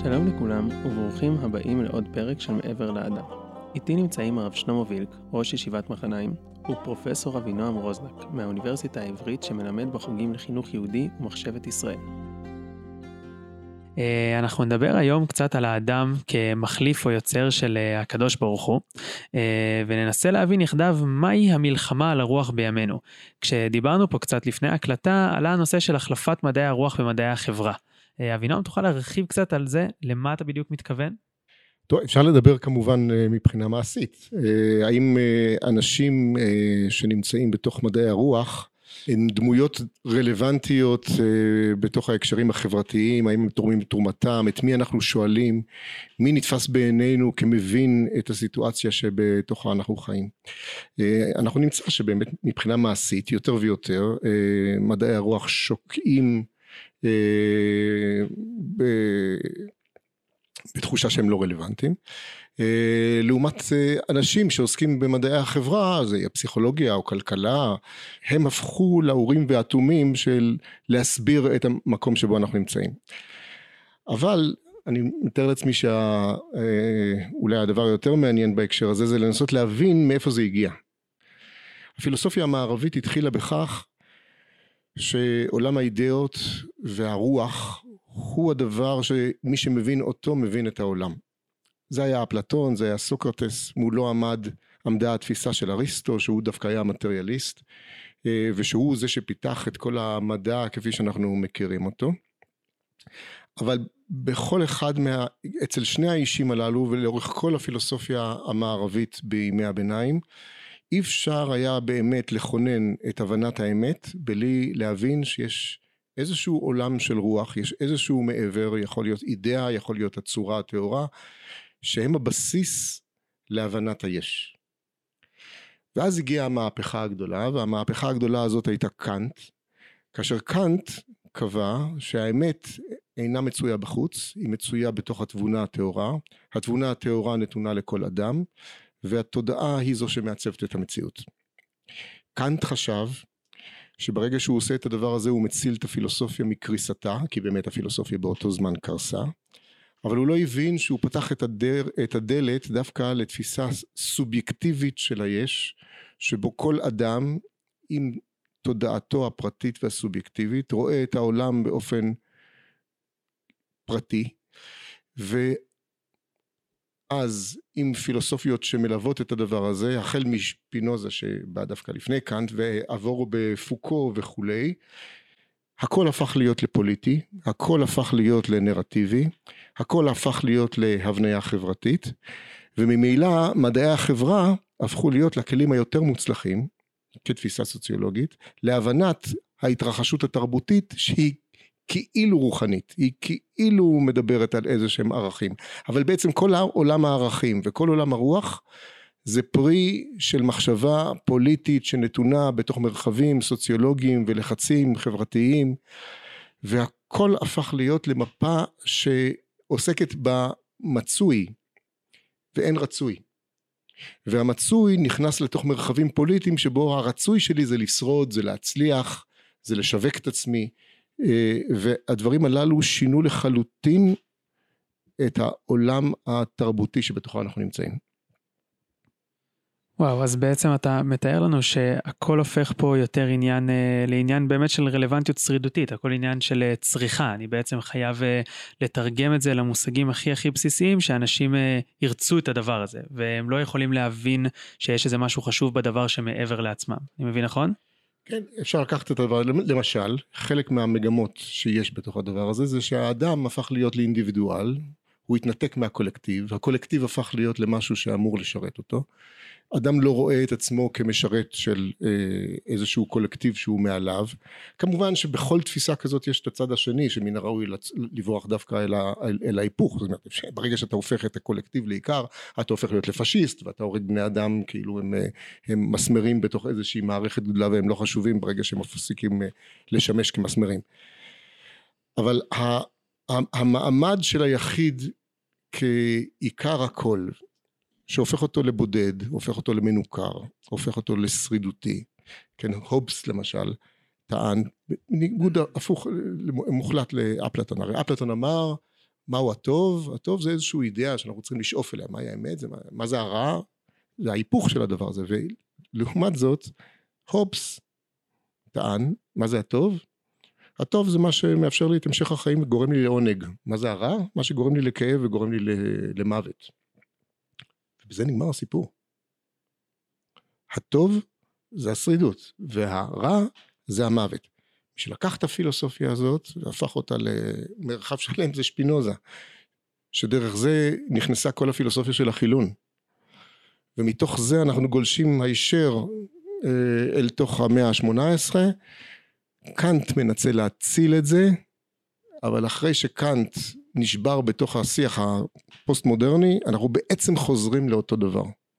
שלום לכולם וברוכים הבאים לעוד פרק של מעבר לאדם. איתי נמצאים הרב שלמה וילק, ראש ישיבת מחניים, ופרופסור אבינועם רוזנק מהאוניברסיטה העברית שמלמד בחוגים לחינוך יהודי ומחשבת ישראל. אנחנו נדבר היום קצת על האדם כמחליף או יוצר של הקדוש ברוך הוא, וננסה להבין יחדיו מהי המלחמה על הרוח בימינו. כשדיברנו פה קצת לפני ההקלטה, עלה הנושא של החלפת מדעי הרוח במדעי החברה. אבינועם, תוכל להרחיב קצת על זה? למה אתה בדיוק מתכוון? טוב, אפשר לדבר כמובן מבחינה מעשית. האם אנשים שנמצאים בתוך מדעי הרוח הן דמויות רלוונטיות בתוך ההקשרים החברתיים? האם הם תורמים תרומתם? את מי אנחנו שואלים? מי נתפס בעינינו כמבין את הסיטואציה שבתוכה אנחנו חיים? אנחנו נמצא שבאמת מבחינה מעשית יותר ויותר מדעי הרוח שוקעים בתחושה שהם לא רלוונטיים, לעומת אנשים שעוסקים במדעי החברה, זה הפסיכולוגיה או כלכלה, הם הפכו לאורים והתומים של להסביר את המקום שבו אנחנו נמצאים. אבל אני מתאר לעצמי שאולי הדבר היותר מעניין בהקשר הזה זה לנסות להבין מאיפה זה הגיע. הפילוסופיה המערבית התחילה בכך שעולם האידאות והרוח הוא הדבר שמי שמבין אותו מבין את העולם. זה היה אפלטון, זה היה סוקרטס, מולו עמדה התפיסה של אריסטו, שהוא דווקא היה מטריאליסט, ושהוא זה שפיתח את כל המדע כפי שאנחנו מכירים אותו. אבל בכל אחד אצל שני האישים הללו ולאורך כל הפילוסופיה המערבית בימי הביניים, אי אפשר היה באמת לכונן את הבנת האמת בלי להבין שיש איזשהו עולם של רוח, יש איזשהו מעבר, יכול להיות אידאה, יכול להיות הצורה התאורה, שהם הבסיס להבנת היש. ואז הגיעה המהפכה הגדולה, והמהפכה הגדולה הזאת הייתה קאנט, כאשר קאנט קבע שהאמת אינה מצויה בחוץ, היא מצויה בתוך התבונה התאורה, התבונה התאורה נתונה לכל אדם, והתודעה היא זו שמעצבת את המציאות. קאנט חשב שברגע שהוא עושה את הדבר הזה הוא מציל את הפילוסופיה מקריסתה, כי באמת הפילוסופיה באותו זמן קרסה, אבל הוא לא הבין שהוא פתח את הדלת דווקא לתפיסה סובייקטיבית של היש, שבו כל אדם עם תודעתו הפרטית והסובייקטיבית רואה את העולם באופן פרטי, אז עם פילוסופיות שמלוות את הדבר הזה, החל משפינוזה שבא דווקא לפני קאנט ועבור בפוקו וכולי, הכל הפך להיות לפוליטי, הכל הפך להיות לנרטיבי, הכל הפך להיות להבניה חברתית, וממילא מדעי החברה הפכו להיות לכלים היותר מוצלחים, כתפיסה סוציולוגית, להבנת ההתרחשות התרבותית שהיא כאילו רוחנית, היא כאילו מדברת על איזה שהם ערכים, אבל בעצם כל עולם הערכים וכל עולם הרוח זה פרי של מחשבה פוליטית שנתונה בתוך מרחבים סוציולוגיים ולחצים חברתיים, והכל הפך להיות למפה שעוסקת במצוי ואין רצוי, והמצוי נכנס לתוך מרחבים פוליטיים שבו הרצוי שלי זה לשרוד, זה להצליח, זה לשווק את עצמי, והדברים הללו שינו לחלוטין את העולם התרבותי שבתוכו אנחנו נמצאים. וואו, אז בעצם אתה מתאר לנו שהכל הופך פה יותר לעניין באמת של רלוונטיות שרידותית, הכל עניין של צריכה, אני בעצם חייב לתרגם את זה למושגים הכי בסיסיים, שאנשים ירצו את הדבר הזה, והם לא יכולים להבין שיש איזה משהו חשוב בדבר שמעבר לעצמם, אני מבין נכון? כן, אפשר לקחת את הדבר, למשל, חלק מהמגמות שיש בתוך הדבר הזה, זה שהאדם הפך להיות לאינדיבידואל, הוא התנתק מהקולקטיב, הקולקטיב הפך להיות למשהו שאמור לשרת אותו, אדם לא רואה את עצמו כמשרת של איזשהו קולקטיב שהוא מעליו, כמובן שבכל תפיסה כזאת יש את הצד השני, שמן הראוי לברוח דווקא אל ההיפוך, זאת אומרת, ברגע שאתה הופך את הקולקטיב לעיקר, אתה הופך להיות לפשיסט, ואתה הוריד בני אדם כאילו הם מסמרים בתוך איזושהי מערכת גדולה, והם לא חשובים ברגע שהם מפסיקים לשמש כמסמרים. אבל המעמד של היחיד כעיקר הכל, שהופך אותו לבודד, הופך אותו למנוכר, הופך אותו לשרידותי, כן, הובס למשל, טען, בניגוד הפוך מוחלט לאפלטון, הרי אפלטון אמר, מהו הטוב? הטוב זה איזושהי אידאה שאנחנו צריכים לשאוף אליה, מהי האמת, מה זה הרע, זה ההיפוך של הדבר הזה, ולעומת זאת, הובס טען, מה זה הטוב? הטוב זה מה שמאפשר לי את המשך החיים וגורם לי לעונג. מה זה הרע? מה שגורם לי לכאב וגורם לי למוות. ובזה נגמר הסיפור. הטוב זה השרידות, והרע זה המוות. כשלקח את הפילוסופיה הזאת והפך אותה למרחב שלם, זה שפינוזה, שדרך זה נכנסה כל הפילוסופיה של החילון. ומתוך זה אנחנו גולשים הישר אל תוך המאה ה-18, קאנט מנסה להציל את זה, אבל אחרי שקאנט נשבר בתוך השיח הפוסט מודרני, אנחנו בעצם חוזרים לאותו דבר.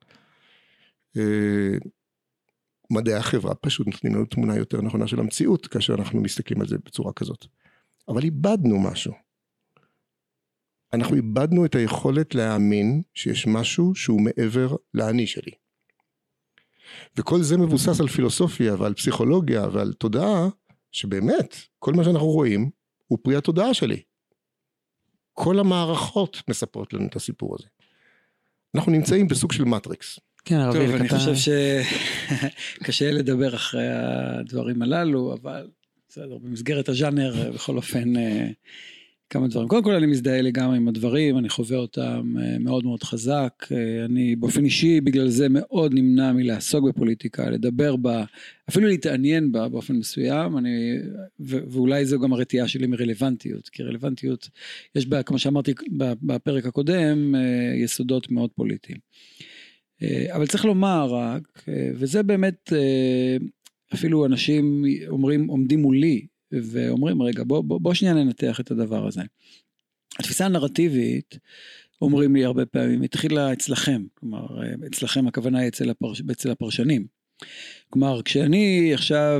מדעי החברה פשוט נותנים לנו תמונה יותר נכונה של המציאות, כאשר אנחנו מסתכלים על זה בצורה כזאת. אבל איבדנו משהו. אנחנו איבדנו את היכולת להאמין שיש משהו שהוא מעבר לאני שלי. וכל זה מבוסס על פילוסופיה ועל פסיכולוגיה ועל תודעה, שבאמת כל מה שאנחנו רואים הוא פרי התודעה שלי. כל המערכות מספרות לנו את הסיפור הזה. אנחנו נמצאים בסוג של מטריקס. כן, טוב, אני חושב שקשה לדבר אחרי הדברים הללו, אבל בסדר, במסגרת הז'אנר בכל אופן כמה דברים. קודם כל אני מזדהה לגמרי עם הדברים, אני חווה אותם מאוד מאוד חזק, אני באופן אישי בגלל זה מאוד נמנע מלעסוק בפוליטיקה, לדבר בה, אפילו להתעניין בה באופן מסוים, ואולי זו גם הרתיעה שלי מרלוונטיות, כי רלוונטיות יש בה, כמו שאמרתי בפרק הקודם, יסודות מאוד פוליטיים. אבל צריך לומר רק, וזה באמת אפילו אנשים עומדים מולי, ואומרים רגע בוא שנייה ננתח את הדבר הזה. התפיסה הנרטיבית אומרים לי הרבה פעמים התחילה אצלכם, כלומר אצלכם הכוונה היא אצל הפרשנים. כלומר כשאני עכשיו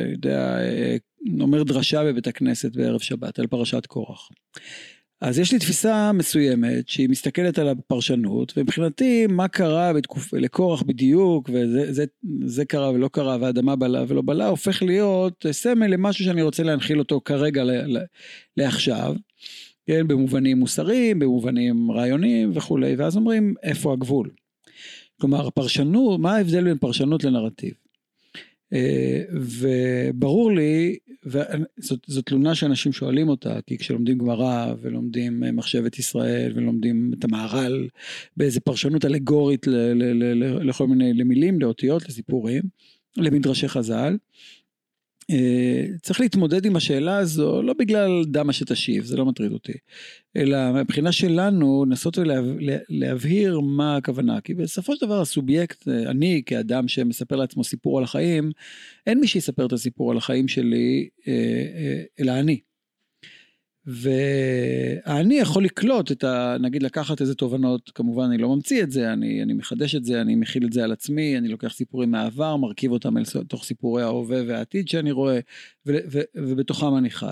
אומר דרשה בבית הכנסת בערב שבת על פרשת קורח, אז יש לי תפיסה מסוימת שהיא מסתכלת על הפרשנות, ומבחינתי מה קרה לקורח בדיוק, וזה קרה ולא קרה, והאדמה בלה ולא בלה, הופך להיות סמל למשהו שאני רוצה להנחיל אותו כרגע לעכשיו, כן, במובנים מוסריים, במובנים רעיוניים וכו', ואז אומרים איפה הגבול. כלומר, הפרשנות, מה ההבדל בין פרשנות לנרטיב? וברור לי, וזאת תלונה שאנשים שואלים אותה, כי כשלומדים גמרא ולומדים מחשבת ישראל ולומדים את המהר"ל באיזה פרשנות אלגורית לכל מיני למילים, לאותיות, לסיפורים, למדרשי חז"ל, צריך להתמודד עם השאלה הזו, לא בגלל דמה שתשיב, זה לא מטריד אותי, אלא מבחינה שלנו לנסות להבהיר מה הכוונה, כי בסופו של דבר הסובייקט, אני כאדם שמספר לעצמו סיפור על החיים, אין מי שיספר את הסיפור על החיים שלי, אלא אני. ואני יכול לקלוט נגיד לקחת איזה תובנות, כמובן אני לא ממציא את זה, אני מחדש את זה, אני מכיל את זה על עצמי, אני לוקח סיפורים מהעבר, מרכיב אותם תוך סיפורי ההווה והעתיד שאני רואה, ובתוכם אני חי.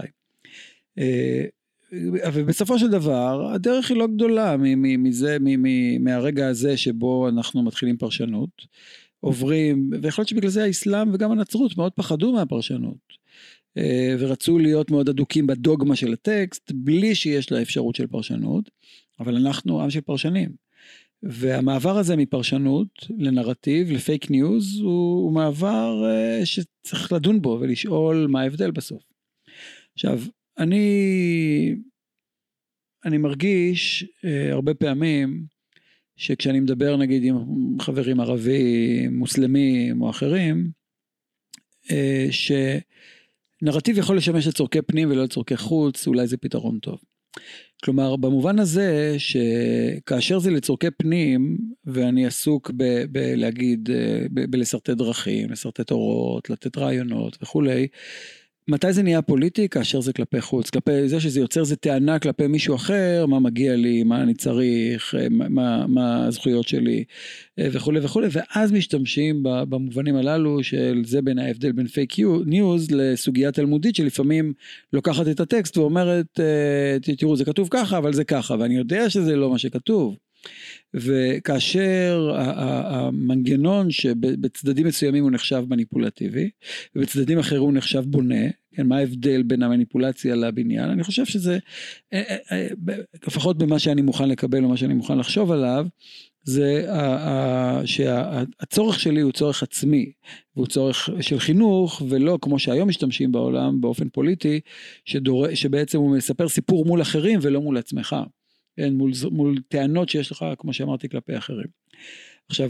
ובסופו של דבר, הדרך היא לא גדולה מהרגע הזה שבו אנחנו מתחילים פרשנות, עוברים, ויכול להיות שבגלל זה האסלאם וגם הנצרות מאוד פחדו מהפרשנות. ורצו להיות מאוד אדוקים בדוגמה של הטקסט, בלי שיש לה אפשרות של פרשנות, אבל אנחנו עם של פרשנים. והמעבר הזה מפרשנות לנרטיב, לפייק ניוז, הוא מעבר שצריך לדון בו ולשאול מה ההבדל בסוף. עכשיו, אני מרגיש הרבה פעמים, שכשאני מדבר נגיד עם חברים ערבים, מוסלמים או אחרים, נרטיב יכול לשמש לצורכי פנים ולא לצורכי חוץ, אולי זה פתרון טוב. כלומר, במובן הזה שכאשר זה לצורכי פנים, ואני עסוק בלהגיד, בלסרטט דרכים, לסרטט אורות, לתת רעיונות וכולי, מתי זה נהיה פוליטי? כאשר זה כלפי חוץ, כלפי זה שזה יוצר זה טענה כלפי מישהו אחר, מה מגיע לי, מה אני צריך, מה הזכויות שלי וכו' וכו', ואז משתמשים במובנים הללו של זה בין ההבדל בין פייק ניוז לסוגיה תלמודית שלפעמים לוקחת את הטקסט ואומרת, תראו זה כתוב ככה אבל זה ככה, ואני יודע שזה לא מה שכתוב. וכאשר המנגנון שבצדדים מסוימים הוא נחשב מניפולטיבי, ובצדדים אחרים הוא נחשב בונה, כן, מה ההבדל בין המניפולציה לבניין? אני חושב שזה, לפחות במה שאני מוכן לקבל או מה שאני מוכן לחשוב עליו, זה שהצורך שלי הוא צורך עצמי, והוא צורך של חינוך, ולא כמו שהיום משתמשים בעולם באופן פוליטי, שבעצם הוא מספר סיפור מול אחרים ולא מול עצמך, כן, מול טענות שיש לך, כמו שאמרתי, כלפי אחרים. עכשיו,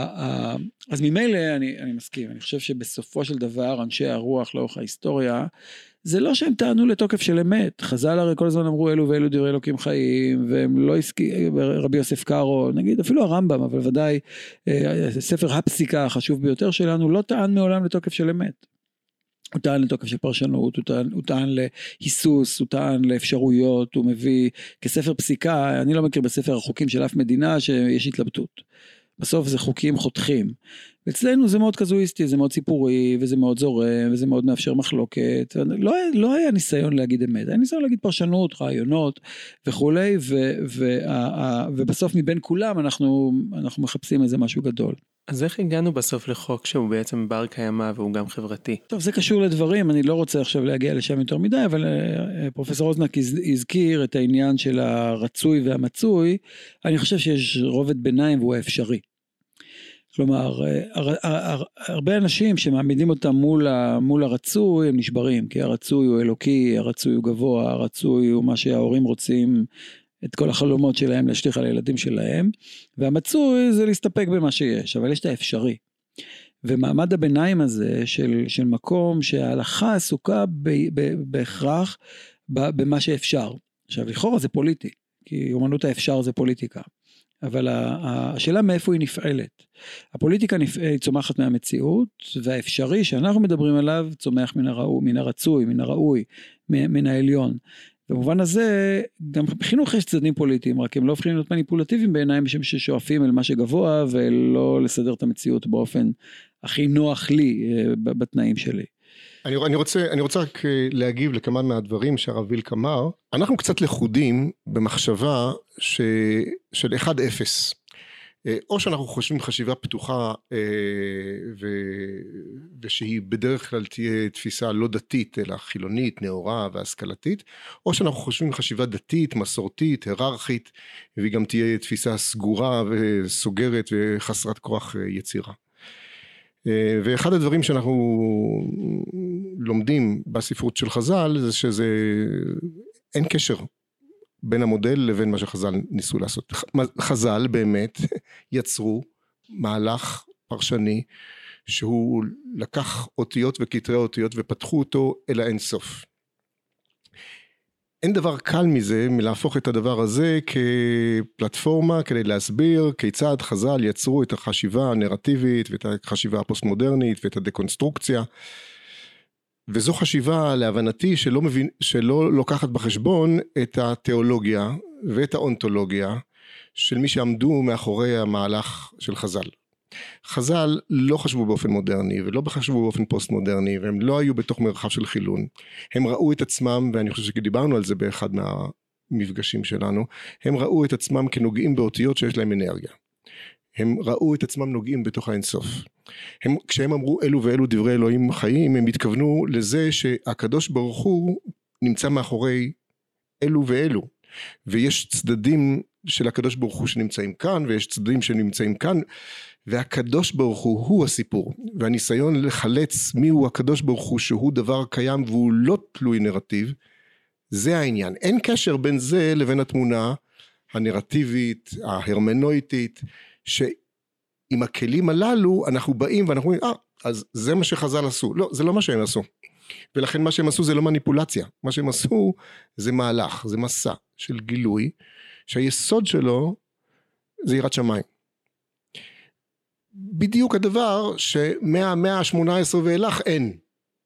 אז ממילא אני מסכים, אני חושב שבסופו של דבר אנשי הרוח לאורך ההיסטוריה, זה לא שהם טענו לתוקף של אמת, חז"ל הרי כל הזמן אמרו אלו ואלו דברי אלוקים חיים, והם לא רבי יוסף קארו, נגיד אפילו הרמב"ם, אבל ודאי ספר הפסיקה החשוב ביותר שלנו, לא טען מעולם לתוקף של אמת. הוא טען לתוקף של פרשנות, הוא טען להיסוס, הוא טען לאפשרויות, הוא מביא כספר פסיקה, אני לא מכיר בספר החוקים של אף מדינה שיש התלבטות. בסוף זה חוקים חותכים. אצלנו זה מאוד קזואיסטי, זה מאוד סיפורי, וזה מאוד זורם, וזה מאוד מאפשר מחלוקת. לא היה ניסיון להגיד אמת, היה ניסיון להגיד פרשנות, רעיונות וכולי, ובסוף מבין כולם אנחנו מחפשים איזה משהו גדול. אז איך הגענו בסוף לחוק שהוא בעצם בר קיימא והוא גם חברתי? טוב, זה קשור לדברים, אני לא רוצה עכשיו להגיע לשם יותר מדי, אבל פרופסור אוזנק הזכיר את העניין של הרצוי והמצוי, אני חושב שיש רובד ביניים והוא האפשרי. כלומר, הרבה אנשים שמעמידים אותם מול הרצוי, הם נשברים, כי הרצוי הוא אלוקי, הרצוי הוא גבוה, הרצוי הוא מה שההורים רוצים, את כל החלומות שלהם להשליך על הילדים שלהם, והמצוי זה להסתפק במה שיש, אבל יש את האפשרי. ומעמד הביניים הזה של מקום שההלכה עסוקה בהכרח במה שאפשר. עכשיו, לכאורה זה פוליטי, כי אומנות האפשר זה פוליטיקה. אבל השאלה מאיפה היא נפעלת. הפוליטיקה צומחת מהמציאות, והאפשרי שאנחנו מדברים עליו צומח מן הרצוי, מן הראוי, מן העליון. במובן הזה, גם בחינוך יש צדדים פוליטיים, רק הם לא הופכים להיות מניפולטיביים בעיניים, משום ששואפים אל מה שגבוה, ולא לסדר את המציאות באופן הכי נוח לי, בתנאים שלי. אני רוצה רק להגיב לכמה מהדברים שהרב וילק אמר. אנחנו קצת לחודים במחשבה של 1-0. או שאנחנו חושבים חשיבה פתוחה ושהיא בדרך כלל תהיה תפיסה לא דתית אלא חילונית, נאורה והשכלתית, או שאנחנו חושבים חשיבה דתית, מסורתית, היררכית, והיא גם תהיה תפיסה סגורה וסוגרת וחסרת כוח יצירה. ואחד הדברים שאנחנו לומדים בספרות של חז"ל זה אין קשר בין המודל לבין מה שחז"ל ניסו לעשות. חז"ל באמת יצרו מהלך פרשני שהוא לקח אותיות וכתרי אותיות ופתחו אותו אל האינסוף. אין דבר קל מזה מלהפוך את הדבר הזה כפלטפורמה כדי להסביר כיצד חז"ל יצרו את החשיבה הנרטיבית ואת החשיבה הפוסט-מודרנית ואת הדקונסטרוקציה. וזו חשיבה להבנתי שלא לוקחת בחשבון את התיאולוגיה ואת האונתולוגיה של מי שעמדו מאחורי המהלך של חז"ל. חז"ל לא חשבו באופן מודרני ולא חשבו באופן פוסט מודרני, והם לא היו בתוך מרחב של חילון. הם ראו את עצמם, ואני חושב שדיברנו על זה באחד מהמפגשים שלנו, הם ראו את עצמם כנוגעים באותיות שיש להם אנרגיה. הם ראו את עצמם נוגעים בתוך האינסוף. כשהם אמרו אלו ואלו דברי אלוהים חיים, הם התכוונו לזה שהקדוש ברוך הוא נמצא מאחורי אלו ואלו. ויש צדדים של הקדוש ברוך הוא שנמצאים כאן, ויש צדדים שנמצאים כאן, והקדוש ברוך הוא הסיפור. והניסיון לחלץ מיהו הקדוש ברוך הוא שהוא דבר קיים והוא לא תלוי נרטיב, זה העניין. אין קשר בין זה לבין התמונה הנרטיבית, ההרמנויטית, שעם הכלים הללו אנחנו באים ואנחנו אומרים, אז זה מה שחז"ל עשו. לא, זה לא מה שהם עשו. ולכן מה שהם עשו זה לא מניפולציה. מה שהם עשו זה מהלך, זה מסע של גילוי, שהיסוד שלו זה יראת שמיים. בדיוק הדבר שמהמאה ה-18 ואילך אין.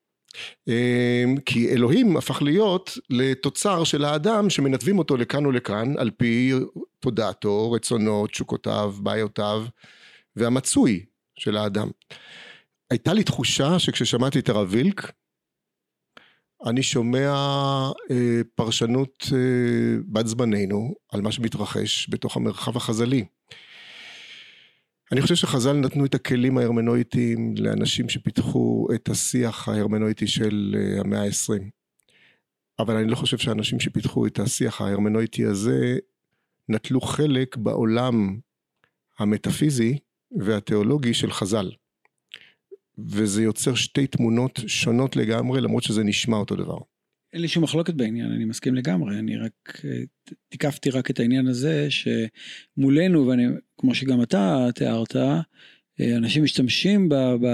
כי אלוהים הפך להיות לתוצר של האדם שמנתבים אותו לכאן ולכאן על פי תודעתו, רצונו, תשוקותיו, בעיותיו והמצוי של האדם. הייתה לי תחושה שכששמעתי את הרב וילק אני שומע פרשנות בת זמננו על מה שמתרחש בתוך המרחב החז"לי. אני חושב שחז"ל נתנו את הכלים ההרמנויטיים לאנשים שפיתחו את השיח ההרמנויטי של המאה ה-20. אבל אני לא חושב שאנשים שפיתחו את השיח ההרמנויטי הזה נטלו חלק בעולם המטאפיזי והתיאולוגי של חז"ל. וזה יוצר שתי תמונות שונות לגמרי, למרות שזה נשמע אותו דבר. אין לי שום מחלוקת בעניין, אני מסכים לגמרי, אני רק תיקפתי רק את העניין הזה שמולנו, ואני, כמו שגם אתה תיארת, אנשים משתמשים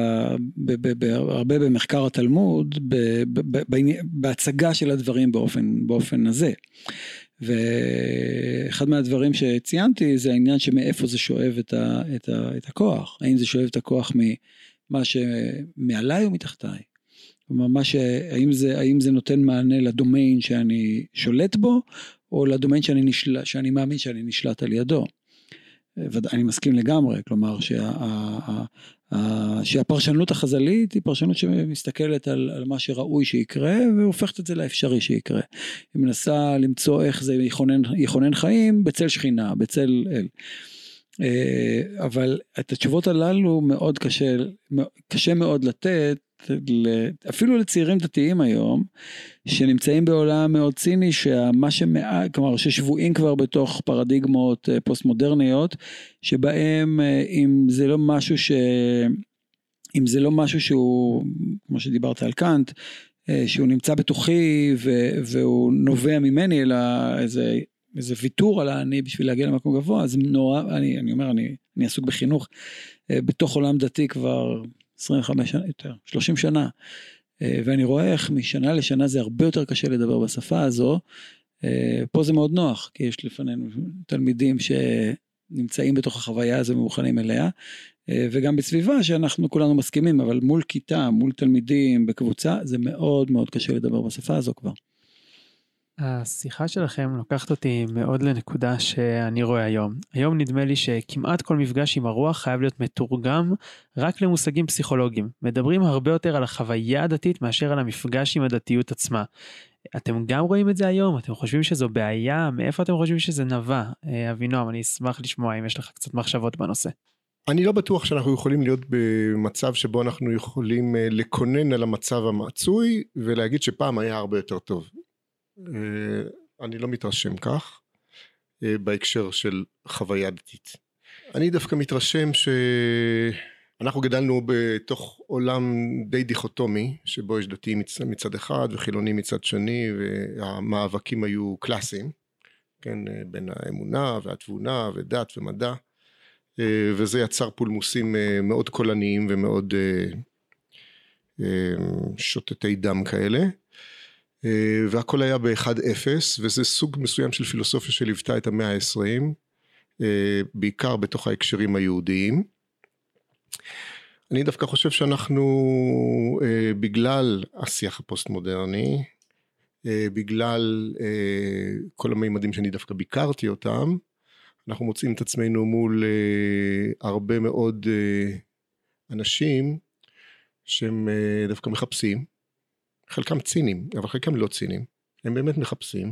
הרבה במחקר התלמוד, בהצגה של הדברים באופן הזה. ואחד מהדברים שציינתי זה העניין שמאיפה זה שואב את הכוח, האם זה שואב את הכוח ממה שמעליי או מתחתיי. כלומר, האם זה נותן מענה לדומיין שאני שולט בו, או לדומיין שאני מאמין שאני נשלט על ידו. אני מסכים לגמרי, כלומר שהפרשנות החז"לית היא פרשנות שמסתכלת על מה שראוי שיקרה, והופכת את זה לאפשרי שיקרה. היא מנסה למצוא איך זה יכונן חיים בצל שכינה, בצל אל. אבל את התשובות הללו מאוד קשה מאוד לתת, אפילו לצעירים דתיים היום, שנמצאים בעולם מאוד ציני, כלומר ששבועים כבר בתוך פרדיגמות פוסט מודרניות, שבהם אם זה לא משהו שהוא, כמו שדיברת על קאנט, שהוא נמצא בתוכי והוא נובע ממני, אלא איזה ויתור על אני בשביל להגיע למקום גבוה, אז נורא, אני אומר, אני עסוק בחינוך, בתוך עולם דתי כבר 25 שנה, יותר, 30 שנה, ואני רואה איך משנה לשנה זה הרבה יותר קשה לדבר בשפה הזו, פה זה מאוד נוח, כי יש לפנינו תלמידים שנמצאים בתוך החוויה הזו ומוכנים אליה, וגם בסביבה שאנחנו כולנו מסכימים, אבל מול כיתה, מול תלמידים, בקבוצה, זה מאוד מאוד קשה לדבר בשפה הזו כבר. השיחה שלכם לוקחת אותי מאוד לנקודה שאני רואה היום. היום נדמה לי שכמעט כל מפגש עם הרוח חייב להיות מתורגם רק למושגים פסיכולוגיים. מדברים הרבה יותר על החוויה הדתית מאשר על המפגש עם הדתיות עצמה. אתם גם רואים את זה היום? אתם חושבים שזו בעיה? מאיפה אתם חושבים שזה נבע? אבינועם, אני אשמח לשמוע אם יש לך קצת מחשבות בנושא. אני לא בטוח שאנחנו יכולים להיות במצב שבו אנחנו יכולים לקונן על המצב המצוי ולהגיד שפעם היה הרבה יותר טוב. אני לא מתרשם כך בהקשר של חוויה דתית. אני דווקא מתרשם שאנחנו גדלנו בתוך עולם די דיכוטומי, שבו יש דתיים מצד אחד וחילונים מצד שני, והמאבקים היו קלאסיים, כן, בין האמונה והתבונה ודת ומדע, וזה יצר פולמוסים מאוד קולניים ומאוד שוטטי דם כאלה. והכל היה ב-1-0, וזה סוג מסוים של פילוסופיה שליוותה את המאה ה-20, בעיקר בתוך ההקשרים היהודיים. אני דווקא חושב שאנחנו, בגלל השיח הפוסט-מודרני, בגלל כל המימדים שאני דווקא ביקרתי אותם, אנחנו מוצאים את עצמנו מול הרבה מאוד אנשים שהם דווקא מחפשים, חלקם צינים, אבל חלקם לא צינים, הם באמת מחפשים,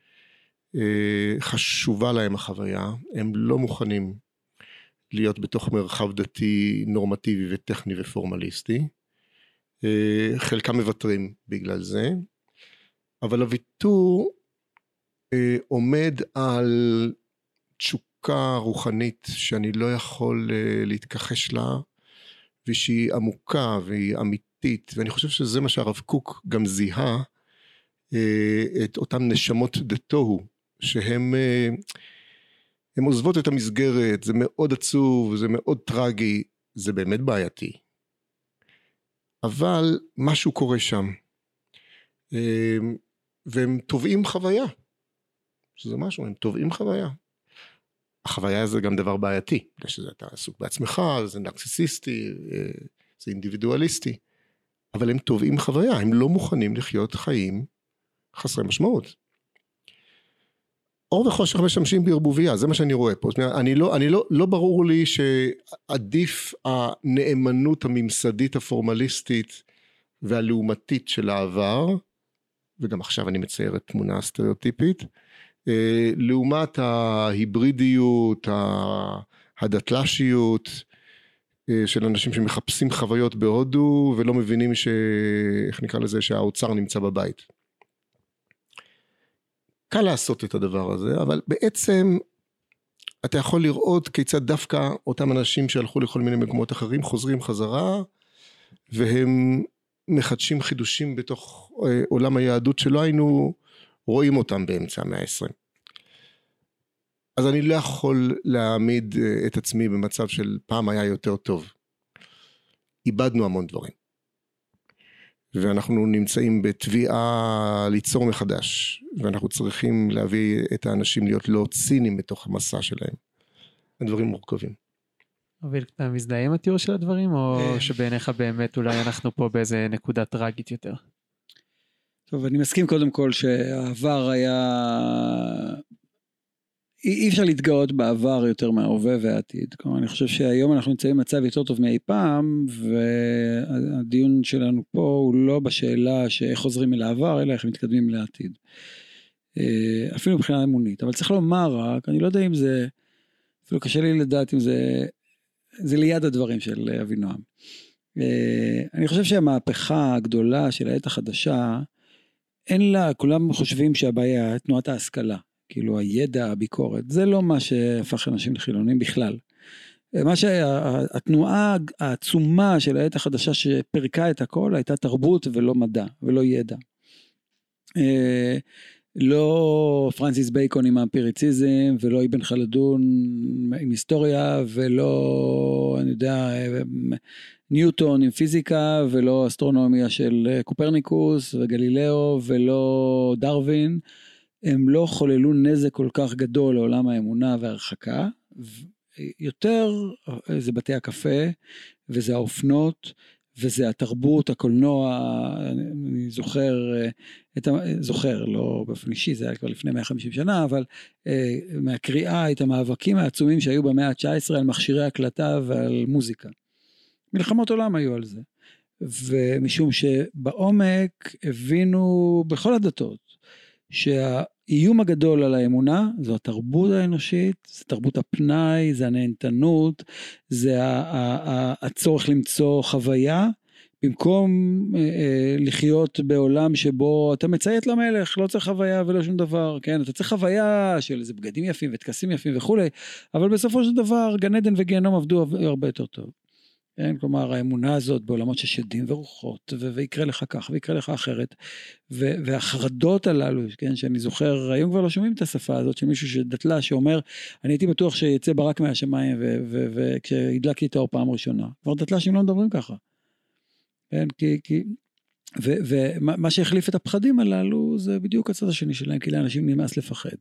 חשובה להם החוויה, הם לא מוכנים להיות בתוך מרחב דתי נורמטיבי וטכני ופורמליסטי, חלקם מוותרים בגלל זה, אבל הוויתור עומד על תשוקה רוחנית שאני לא יכול להתכחש לה, ושהיא עמוקה והיא אמיתית, ואני חושב שזה מה שהרב קוק גם זיהה, את אותם נשמות דתוהו, שהם עוזבות את המסגרת, זה מאוד עצוב, זה מאוד טרגי, זה באמת בעייתי. אבל משהו קורה שם, והם תובעים חוויה, שזה משהו, הם תובעים חוויה. החוויה זה גם דבר בעייתי, בגלל שזה אתה עסוק בעצמך, זה נרקסיסיסטי, זה אינדיבידואליסטי, אבל הם תובעים חוויה, הם לא מוכנים לחיות חיים חסרי משמעות. אור וחושך משמשים בערבוביה, זה מה שאני רואה פה. לא ברור לי שעדיף הנאמנות הממסדית הפורמליסטית והלעומתית של העבר, וגם עכשיו אני מציירת תמונה סטריאוטיפית, לעומת ההיברידיות, הדתל"שיות, של אנשים שמחפשים חוויות בהודו ולא מבינים איך נקרא לזה, שהאוצר נמצא בבית. קל לעשות את הדבר הזה, אבל בעצם אתה יכול לראות כיצד דווקא אותם אנשים שהלכו לכל מיני מקומות אחרים חוזרים חזרה, והם מחדשים חידושים בתוך עולם היהדות שלא היינו רואים אותם באמצע המאה ה-20. אז אני לא יכול להעמיד את עצמי במצב של פעם היה יותר טוב. איבדנו המון דברים. ואנחנו נמצאים בתביעה ליצור מחדש, ואנחנו צריכים להביא את האנשים להיות לא ציניים בתוך המסע שלהם. הדברים מורכבים. אבל אתה מזדהה עם התיאור של הדברים, או שבעיניך באמת אולי אנחנו פה באיזה נקודה טרגית יותר? טוב, אני מסכים קודם כל שהעבר היה... אי אפשר להתגאות בעבר יותר מההווה והעתיד. כלומר, אני חושב שהיום אנחנו נמצאים במצב יותר טוב מאי פעם, והדיון שלנו פה הוא לא בשאלה שאיך חוזרים אל העבר, אלא איך מתקדמים לעתיד. אפילו מבחינה אמונית. אבל צריך לומר רק, אני לא יודע אם זה, אפילו קשה לי לדעת אם זה ליד הדברים של אבינועם. אני חושב שהמהפכה הגדולה של העת החדשה, אין לה, כולם חושבים שהבעיה, תנועת ההשכלה. כאילו הידע, הביקורת, זה לא מה שהפך אנשים לחילונים בכלל. מה שהתנועה העצומה של העת החדשה שפרקה את הכל, הייתה תרבות ולא מדע, ולא ידע. לא פרנסיס בייקון עם האמפיריציזם, ולא אבן חלדון עם היסטוריה, ולא, אני יודע, ניוטון עם פיזיקה, ולא אסטרונומיה של קופרניקוס וגלילאו, ולא דרווין, הם לא חוללו נזק כל כך גדול לעולם האמונה והרחקה, יותר זה בתי הקפה, וזה האופנות, וזה התרבות, הקולנוע, אני זוכר, לא באופן אישי, זה היה כבר לפני 150 שנה, אבל מהקריאה את המאבקים העצומים שהיו במאה ה-19 על מכשירי הקלטה ועל מוזיקה. מלחמות עולם היו על זה, ומשום שבעומק הבינו בכל הדתות, שהאיום הגדול על האמונה, זו התרבות האנושית, זה תרבות הפנאי, זה הנהנתנות, זה הצורך למצוא חוויה, במקום לחיות בעולם שבו אתה מציית למלך, לא צריך חוויה ולא שום דבר, כן? אתה צריך חוויה של איזה בגדים יפים וטקסים יפים וכו', אבל בסופו של דבר גן עדן וגיהנום עבדו הרבה יותר טוב. כן, כלומר, האמונה הזאת בעולמות ששדים ורוחות, ויקרה לך כך, ויקרה לך אחרת, והחרדות הללו, כן, שאני זוכר, היום כבר לא שומעים את השפה הזאת, שמישהו שדתלה, שאומר, אני הייתי בטוח שיצא ברק מהשמיים, וכשהדלקתי את האור פעם ראשונה, כבר דתל"שים לא מדברים ככה, כן, ומה שהחליף את הפחדים הללו, זה בדיוק הצד השני שלהם, כי לאנשים נמאס לפחד,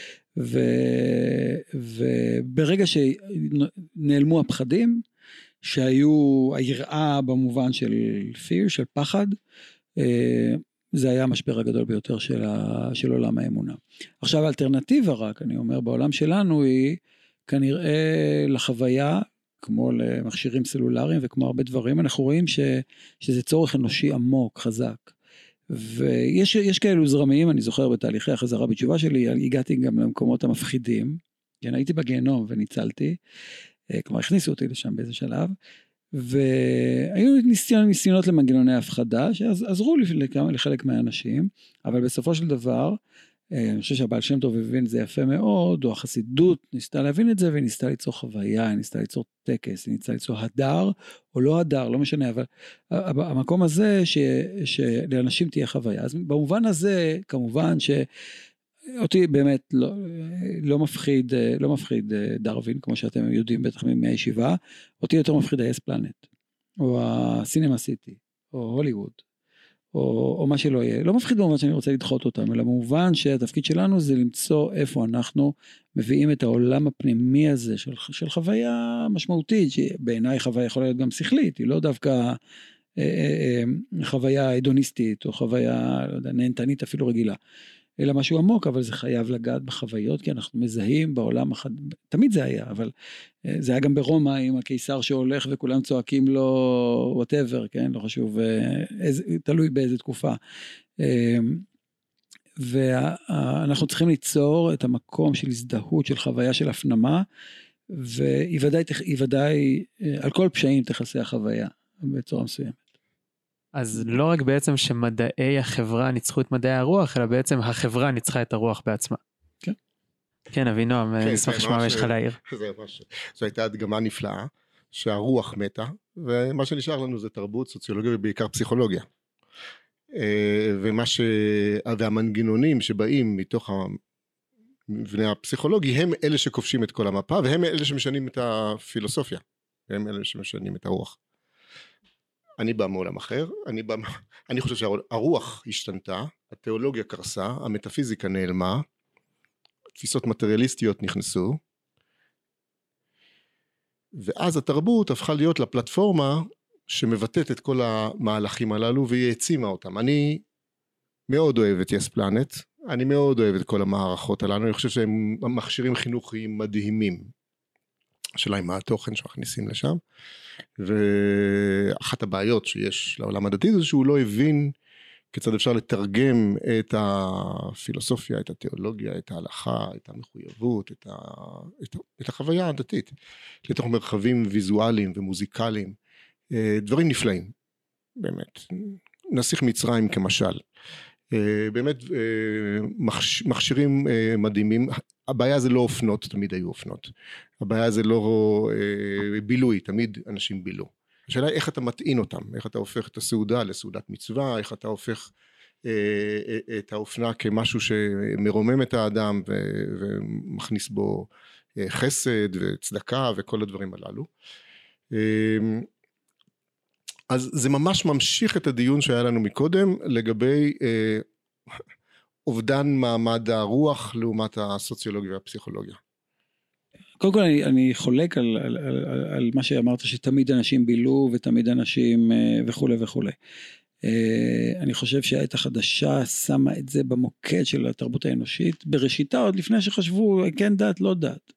וברגע שנעלמו הפחדים, שהיו היראה במובן של fear, של פחד, זה היה המשבר הגדול ביותר של עולם האמונה. עכשיו האלטרנטיבה רק, אני אומר, בעולם שלנו היא כנראה לחוויה, כמו למכשירים סלולריים וכמו הרבה דברים, אנחנו רואים שזה צורך אנושי עמוק, חזק. ויש כאלו זרמים, אני זוכר בתהליכי החזרה בתשובה שלי, הגעתי גם למקומות המפחידים, כן, הייתי בגיהנום וניצלתי, כלומר הכניסו אותי לשם באיזה שלב, והיו ניסיונות למנגנוני הפחדה, שעזרו לחלק מהאנשים, אבל בסופו של דבר, אני חושב שהבעל שם טוב הבין זה יפה מאוד, או החסידות ניסתה להבין את זה, והיא ניסתה ליצור חוויה, היא ניסתה ליצור טקס, היא ניסתה ליצור הדר, או לא הדר, לא משנה, אבל המקום הזה, שלאנשים תהיה חוויה, אז במובן הזה, כמובן אותי באמת לא מפחיד דרווין, כמו שאתם יודעים בטח מהישיבה, אותי יותר מפחיד ה-S Planet, או הסינמה סיטי, או הוליווד, או מה שלא יהיה. לא מפחיד במובן שאני רוצה לדחות אותם, אלא במובן שהתפקיד שלנו זה למצוא איפה אנחנו מביאים את העולם הפנימי הזה של חוויה משמעותית, שבעיניי חוויה יכולה להיות גם שכלית, היא לא דווקא חוויה הדוניסטית, או חוויה לא יודע, נהנתנית אפילו רגילה. אלא משהו עמוק, אבל זה חייב לגעת בחוויות, כי אנחנו מזהים בעולם, תמיד זה היה, אבל זה היה גם ברומא עם הקיסר שהולך וכולם צועקים לו whatever, כן, לא חשוב, תלוי באיזה תקופה. ואנחנו צריכים ליצור את המקום של הזדהות, של חוויה של הפנמה, והיא ודאי על כל פשעים תכסה החוויה בצורה מסוימת. אז לא רק בעצם שמדעי החברה ניצחו את מדעי הרוח, אלא בעצם החברה ניצחה את הרוח בעצמה. כן. כן, אבינועם, נשמח לשמוע מה יש לך להעיר. זו הייתה הדגמה נפלאה, שהרוח מתה, ומה שנשאר לנו זה תרבות, סוציולוגיה ובעיקר פסיכולוגיה. והמנגנונים שבאים מתוך המבנה הפסיכולוגי, הם אלה שכובשים את כל המפה, והם אלה שמשנים את הפילוסופיה, הם אלה שמשנים את הרוח. אני בא מעולם אחר, אני חושב שהרוח השתנתה, התיאולוגיה קרסה, המטאפיזיקה נעלמה, תפיסות מטריאליסטיות נכנסו, ואז התרבות הפכה להיות לפלטפורמה שמבטאת את כל המהלכים הללו והיא העצימה אותם. אני מאוד אוהב את Yes Planet, אני מאוד אוהב את כל המערכות הללו, אני חושב שהם מכשירים חינוכיים מדהימים, השאלה היא מה התוכן שמכניסים לשם, ואחת הבעיות שיש לעולם הדתי זה שהוא לא הבין כיצד אפשר לתרגם את הפילוסופיה, את התיאולוגיה, את ההלכה, את המחויבות, את החוויה הדתית, לתוך מרחבים ויזואליים ומוזיקליים, דברים נפלאים, באמת, נסיך מצרים כמשל, באמת מכשירים מדהימים, הבעיה זה לא אופנות, תמיד היו אופנות, הבעיה זה לא בילוי, תמיד אנשים בילו, השאלה היא איך אתה מטעין אותם, איך אתה הופך את הסעודה לסעודת מצווה, איך אתה הופך את האופנה כמשהו שמרומם את האדם ומכניס בו חסד וצדקה וכל הדברים הללו. אז זה ממש ממשיך את הדיון שהיה לנו מקודם לגבי אובדן מעמד הרוח לעומת הסוציולוגיה והפסיכולוגיה. קודם כל אני חולק על מה שאמרת שתמיד אנשים בילו ותמיד אנשים וכו' וכו'. אני חושב שהעת החדשה שמה את זה במוקד של התרבות האנושית, בראשיתה עוד לפני שחשבו כן דת לא דת.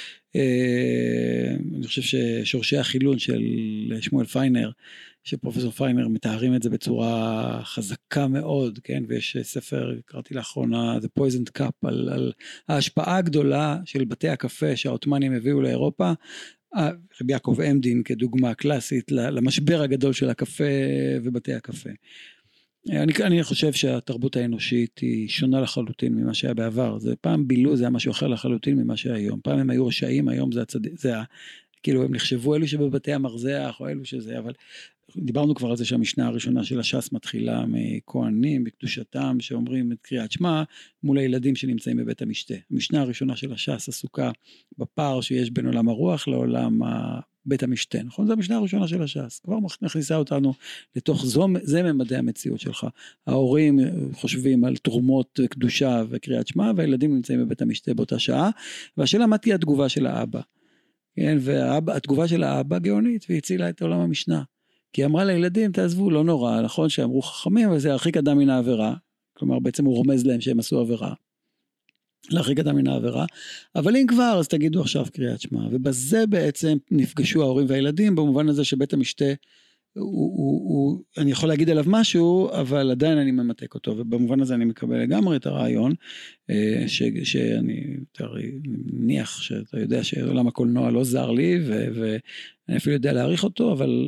אני חושב ששורשי החילון של שמואל פיינר, שפרופסור פיינר מתארים את זה בצורה חזקה מאוד, כן, ויש ספר, קראתי לאחרונה, The Poisoned Cup, על ההשפעה הגדולה של בתי הקפה שהעות'מאנים הביאו לאירופה, רבי יעקב עמדין כדוגמה קלאסית למשבר הגדול של הקפה ובתי הקפה. אני חושב שהתרבות האנושית היא שונה לחלוטין ממה שהיה בעבר, זה פעם בילו, זה היה משהו אחר לחלוטין ממה שהיה היום, פעם הם היו רשעים, היום זה כאילו הם נחשבו אלו שבבתי המרזח או אלו שזה, אבל דיברנו כבר על זה שהמשנה הראשונה של הש"ס מתחילה מכהנים בקדושתם שאומרים את קריאת שמע מול הילדים שנמצאים בבית המשתה. המשנה הראשונה של הש"ס עסוקה בפער שיש בין עולם הרוח לעולם בית המשתה, נכון? זו המשנה הראשונה של הש"ס, כבר מכניסה אותנו לתוך זה ממדי המציאות שלך. ההורים חושבים על תרומות קדושה וקריאת שמע והילדים נמצאים בבית המשתה באותה שעה, והשאלה מה תהיה התגובה של האבא? כן, והתגובה של האבא גאונית והצילה את עולם המשנה. כי היא אמרה לילדים, תעזבו, לא נורא, נכון שאמרו חכמים, אבל זה להרחיק אדם מן העבירה, כלומר בעצם הוא רומז להם שהם עשו עבירה, להרחיק אדם מן העבירה, אבל אם כבר, אז תגידו עכשיו קריאת שמע, ובזה בעצם נפגשו ההורים והילדים, במובן הזה שבית המשתה, אני יכול להגיד עליו משהו, אבל עדיין אני ממתק אותו, ובמובן הזה אני מקבל לגמרי את הרעיון, שאני מניח שאתה יודע שעולם הקולנוע לא זר לי, ואני אפילו יודע להעריך אותו, אבל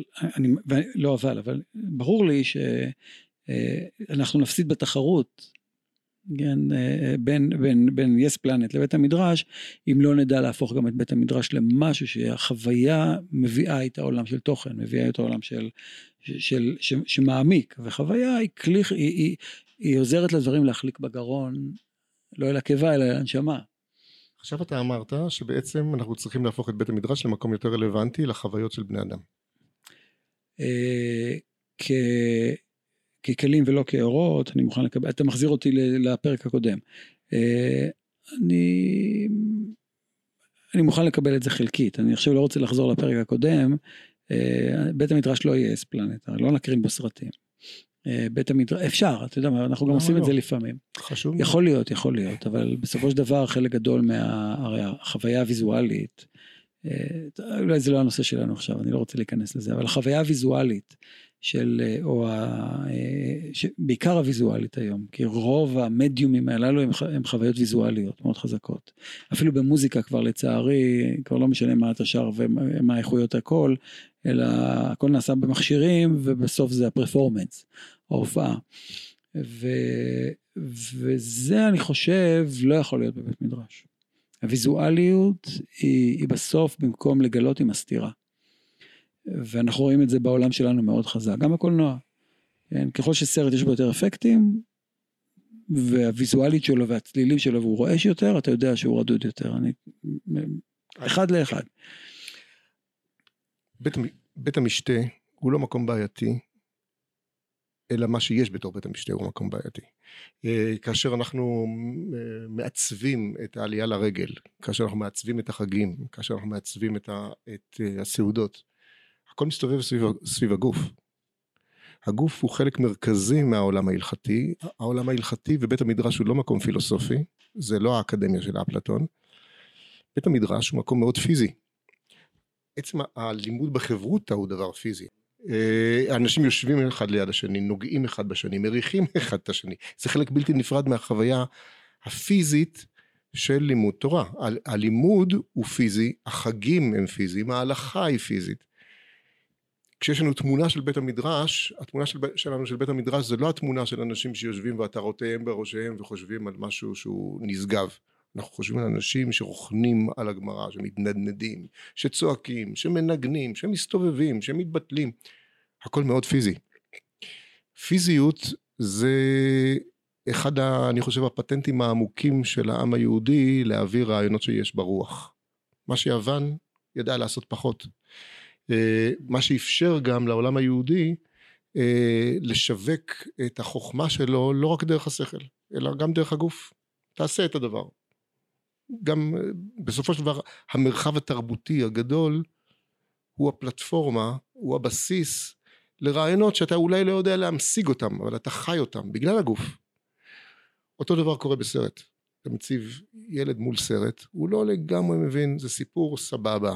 ברור לי שאנחנו נפסיד בתחרות, בין Yes Planet לבית המדרש, אם לא נדע להפוך גם את בית המדרש למשהו שהחוויה מביאה את העולם של תוכן, מביאה את העולם שמעמיק, וחוויה היא עוזרת לדברים להחליק בגרון, לא אל הקיבה אלא אל הנשמה. עכשיו אתה אמרת שבעצם אנחנו צריכים להפוך את בית המדרש למקום יותר רלוונטי לחוויות של בני אדם. ככלים ולא כאורות, אני מוכן לקבל, אתה מחזיר אותי לפרק הקודם. אני מוכן לקבל את זה חלקית, אני עכשיו לא רוצה לחזור לפרק הקודם, בית המדרש לא יהיה Yes Planet, לא נקרין בסרטים. בית המדרש, אפשר, אתה יודע, אנחנו גם עושים את זה לפעמים. חשוב. יכול להיות, אבל בסופו של דבר חלק גדול מהחוויה הוויזואלית, אולי זה לא הנושא שלנו עכשיו, אני לא רוצה להיכנס לזה, אבל החוויה הוויזואלית בעיקר הוויזואלית היום, כי רוב המדיומים הללו הם חוויות ויזואליות מאוד חזקות. אפילו במוזיקה כבר לצערי, כבר לא משנה מה אתה שר ומה איכויות הכל, אלא הכל נעשה במכשירים, ובסוף זה הפרפורמנס, ההופעה. וזה אני חושב לא יכול להיות בבית מדרש. הוויזואליות היא בסוף במקום לגלות עם הסתירה. ואנחנו רואים את זה בעולם שלנו מאוד חזק, גם בקולנוע. כן? ככל שסרט יש בו יותר אפקטים, והוויזואלית שלו והצלילים שלו, והוא רועש יותר, אתה יודע שהוא רדוד יותר. אחד לאחד. בית המשתה הוא לא מקום בעייתי, אלא מה שיש בתור בית המשתה הוא מקום בעייתי. כאשר אנחנו מעצבים את העלייה לרגל, כאשר אנחנו מעצבים את החגים, כאשר אנחנו מעצבים את הסעודות, הכל מסתובב סביב הגוף. הגוף הוא חלק מרכזי מהעולם ההלכתי. העולם ההלכתי ובית המדרש הוא לא מקום פילוסופי, זה לא האקדמיה של אפלטון. בית המדרש הוא מקום מאוד פיזי. עצם הלימוד בחברותא הוא דבר פיזי. האנשים יושבים אחד ליד השני, נוגעים אחד בשני, מריחים אחד את השני. זה חלק בלתי נפרד מהחוויה הפיזית של לימוד תורה. הלימוד הוא פיזי, החגים הם פיזיים, ההלכה היא פיזית. כשיש לנו תמונה של בית המדרש, התמונה שלנו של בית המדרש זה לא התמונה של אנשים שיושבים ועטרותיהם בראשיהם וחושבים על משהו שהוא נשגב. אנחנו חושבים על אנשים שרוכנים על הגמרא, שמתנדנדים, שצועקים, שמנגנים, שמסתובבים, שמתבטלים. הכל מאוד פיזי. פיזיות זה אחד, אני חושב, הפטנטים העמוקים של העם היהודי להעביר רעיונות שיש ברוח. מה שיוון ידע לעשות פחות. מה שאפשר גם לעולם היהודי לשווק את החוכמה שלו לא רק דרך השכל, אלא גם דרך הגוף. תעשה את הדבר. גם בסופו של דבר המרחב התרבותי הגדול הוא הפלטפורמה, הוא הבסיס לרעיונות שאתה אולי לא יודע להמשיג אותם, אבל אתה חי אותם בגלל הגוף. אותו דבר קורה בסרט. אתה מציב ילד מול סרט, הוא לא לגמרי מבין, זה סיפור סבבה.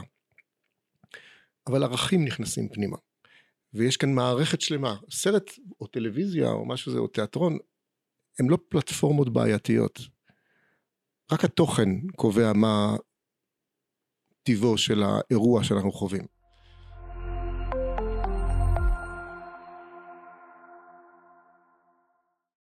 אבל ערכים נכנסים פנימה. ויש כאן מערכת שלמה. סרט או טלוויזיה או משהו זה, או תיאטרון, הם לא פלטפורמות בעייתיות. רק התוכן קובע מה טיבו של האירוע שאנחנו חווים.